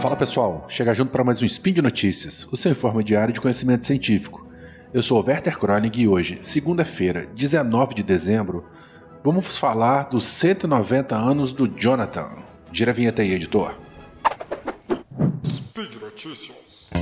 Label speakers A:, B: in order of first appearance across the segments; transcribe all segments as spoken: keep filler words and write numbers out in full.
A: Fala pessoal, chega junto para mais um Spin de Notícias, o seu informe diário de conhecimento científico. Eu sou o Werther Kronig e hoje, segunda-feira, dezenove de dezembro, vamos falar dos cento e noventa anos do Jonathan. Gira a vinheta aí, editor.
B: Speed Notícias.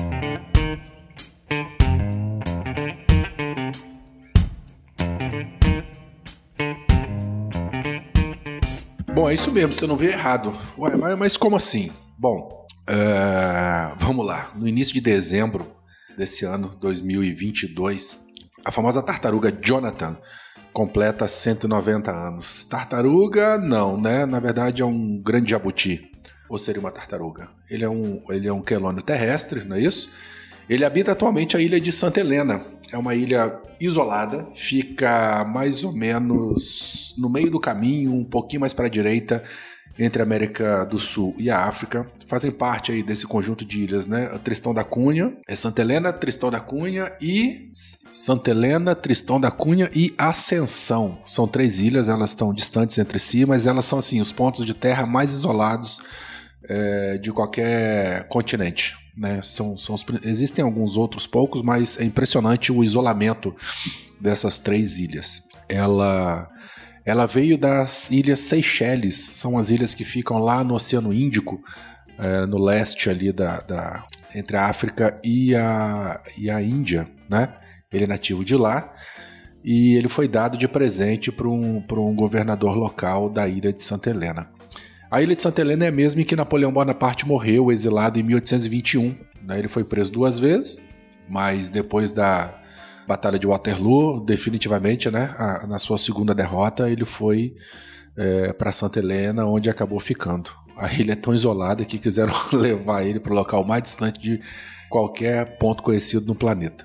A: Bom, é isso mesmo, você não vê errado. Ué, mas, mas como assim? Bom, uh, vamos lá. No início de dezembro desse ano, dois mil e vinte e dois, a famosa tartaruga Jonathan completa cento e noventa anos. Tartaruga, não, né? Na verdade é um grande jabuti, ou seria uma tartaruga. Ele é um, ele é um quelônio terrestre, não é isso? Ele habita atualmente a ilha de Santa Helena. É uma ilha isolada, fica mais ou menos no meio do caminho, um pouquinho mais para a direita, entre a América do Sul e a África. Fazem parte aí desse conjunto de ilhas, né? Tristão da Cunha, é Santa Helena, Tristão da Cunha e... Santa Helena, Tristão da Cunha e Ascensão. São três ilhas, elas estão distantes entre si, mas elas são assim os pontos de terra mais isolados é, de qualquer continente. Né? São, são os, existem alguns outros poucos, mas é impressionante o isolamento dessas três ilhas. Ela... Ela veio das ilhas Seychelles, são as ilhas que ficam lá no Oceano Índico, é, no leste ali da, da, entre a África e a, e a Índia, né? Ele é nativo de lá e ele foi dado de presente para um, para um governador local da ilha de Santa Helena. A ilha de Santa Helena é a mesma em que Napoleão Bonaparte morreu, exilado em mil oitocentos e vinte e um. Né? Ele foi preso duas vezes, mas depois da Batalha de Waterloo, definitivamente, né, a, na sua segunda derrota, ele foi é, para Santa Helena, onde acabou ficando. A ilha é tão isolada que quiseram levar ele para o local mais distante de qualquer ponto conhecido no planeta.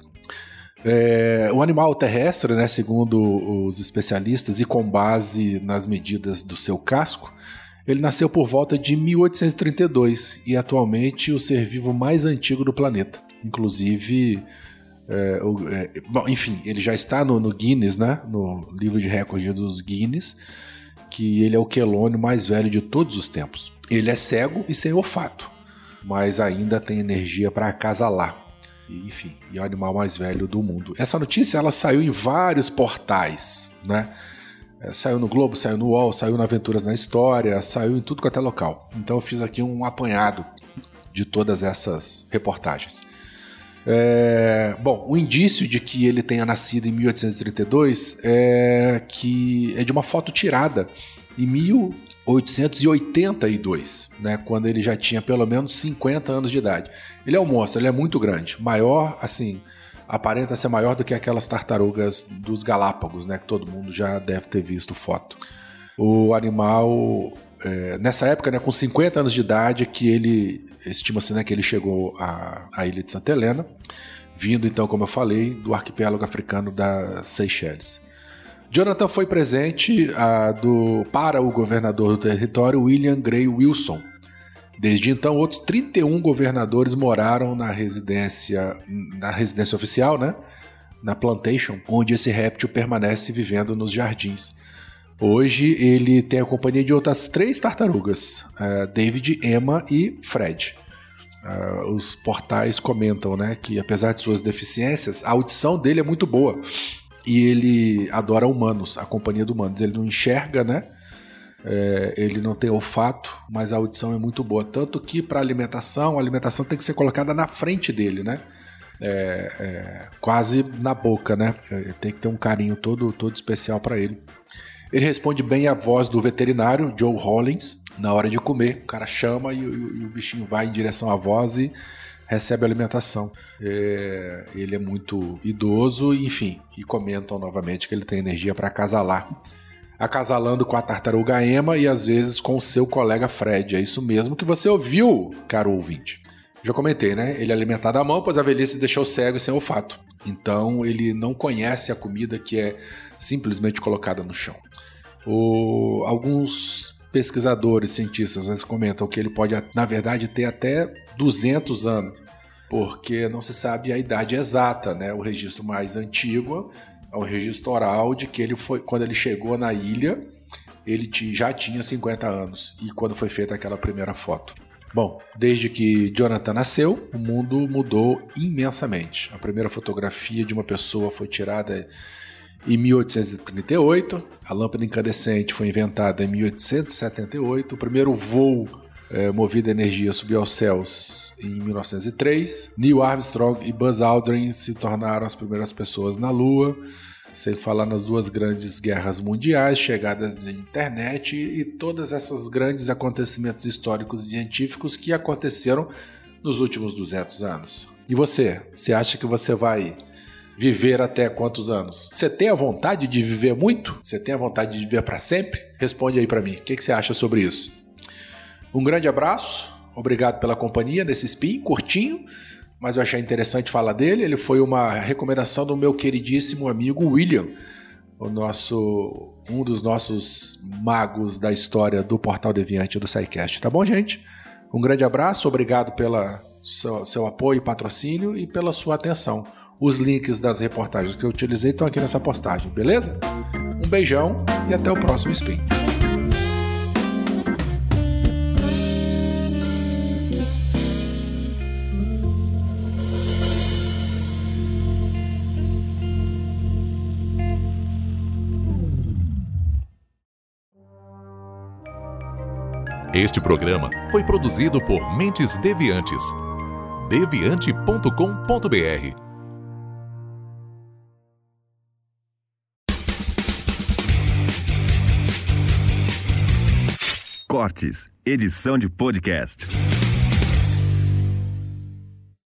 A: É, o animal terrestre, né, segundo os especialistas, e com base nas medidas do seu casco, ele nasceu por volta de mil oitocentos e trinta e dois e atualmente o ser vivo mais antigo do planeta. Inclusive... É, é, bom, enfim, ele já está no, no Guinness, né? No livro de recorde dos Guinness, que ele é o quelônio mais velho de todos os tempos. Ele é cego e sem olfato, mas ainda tem energia para acasalar. E, enfim, e é o animal mais velho do mundo. Essa notícia ela saiu em vários portais, né? É, saiu no Globo, saiu no U O L, saiu na Aventuras na História, saiu em tudo quanto é local. Então eu fiz aqui um apanhado de todas essas reportagens. É, bom, o indício de que ele tenha nascido em mil oitocentos e trinta e dois é que é de uma foto tirada em mil oitocentos e oitenta e dois, né, quando ele já tinha pelo menos cinquenta anos de idade. Ele é um monstro, ele é muito grande, maior, assim, aparenta ser maior do que aquelas tartarugas dos Galápagos, né, que todo mundo já deve ter visto foto. O animal, é, nessa época, né, com cinquenta anos de idade, que ele... Estima-se, né, que ele chegou à, à ilha de Santa Helena, vindo então, como eu falei, do arquipélago africano da Seychelles. Jonathan foi presente a, do, para o governador do território, William Grey Wilson. Desde então, outros trinta e um governadores moraram na residência, na residência oficial, né, na Plantation, onde esse réptil permanece vivendo nos jardins. Hoje ele tem a companhia de outras três tartarugas, uh, David, Emma e Fred. Uh, os portais comentam, né, que apesar de suas deficiências, a audição dele é muito boa e ele adora humanos, a companhia de humanos. Ele não enxerga, né? É, ele não tem olfato, mas a audição é muito boa. Tanto que para alimentação, a alimentação tem que ser colocada na frente dele, né? É, é, quase na boca, né? É, tem que ter um carinho todo, todo especial para ele. Ele responde bem à voz do veterinário, Joe Hollins, na hora de comer. O cara chama e, e, e o bichinho vai em direção à voz e recebe a alimentação. É, ele é muito idoso, enfim, e comentam novamente que ele tem energia para acasalar. Acasalando com a tartaruga Emma e às vezes com o seu colega Fred. É isso mesmo que você ouviu, caro ouvinte. Já comentei, né? Ele é alimentado à mão, pois a velhice deixou cego e sem olfato. Então ele não conhece a comida que é simplesmente colocada no chão. O, alguns pesquisadores, cientistas, né, comentam que ele pode, na verdade, ter até duzentos anos, porque não se sabe a idade exata, né? O registro mais antigo é o registro oral de que ele foi, quando ele chegou na ilha, ele já tinha cinquenta anos, e quando foi feita aquela primeira foto. Bom, desde que Jonathan nasceu, o mundo mudou imensamente. A primeira fotografia de uma pessoa foi tirada em mil oitocentos e trinta e oito, a lâmpada incandescente foi inventada em mil oitocentos e setenta e oito, o primeiro voo é, movido a energia subiu aos céus em mil novecentos e três, Neil Armstrong e Buzz Aldrin se tornaram as primeiras pessoas na Lua, sem falar nas duas grandes guerras mundiais, chegadas de internet e todas essas grandes acontecimentos históricos e científicos que aconteceram nos últimos duzentos anos. E você? Você acha que você vai viver até quantos anos? Você tem a vontade de viver muito? Você tem a vontade de viver para sempre? Responde aí para mim. O que você acha sobre isso? Um grande abraço. Obrigado pela companhia nesse spin curtinho, mas eu achei interessante falar dele. Ele foi uma recomendação do meu queridíssimo amigo William, o nosso, um dos nossos magos da história do Portal Deviante do SciCast. Tá bom, gente? Um grande abraço. Obrigado pelo seu, seu apoio e patrocínio e pela sua atenção. Os links das reportagens que eu utilizei estão aqui nessa postagem, beleza? Um beijão e até o próximo Spin.
B: Este programa foi produzido por Mentes Deviantes. deviante ponto com ponto b r.
C: Cortes, edição de podcast.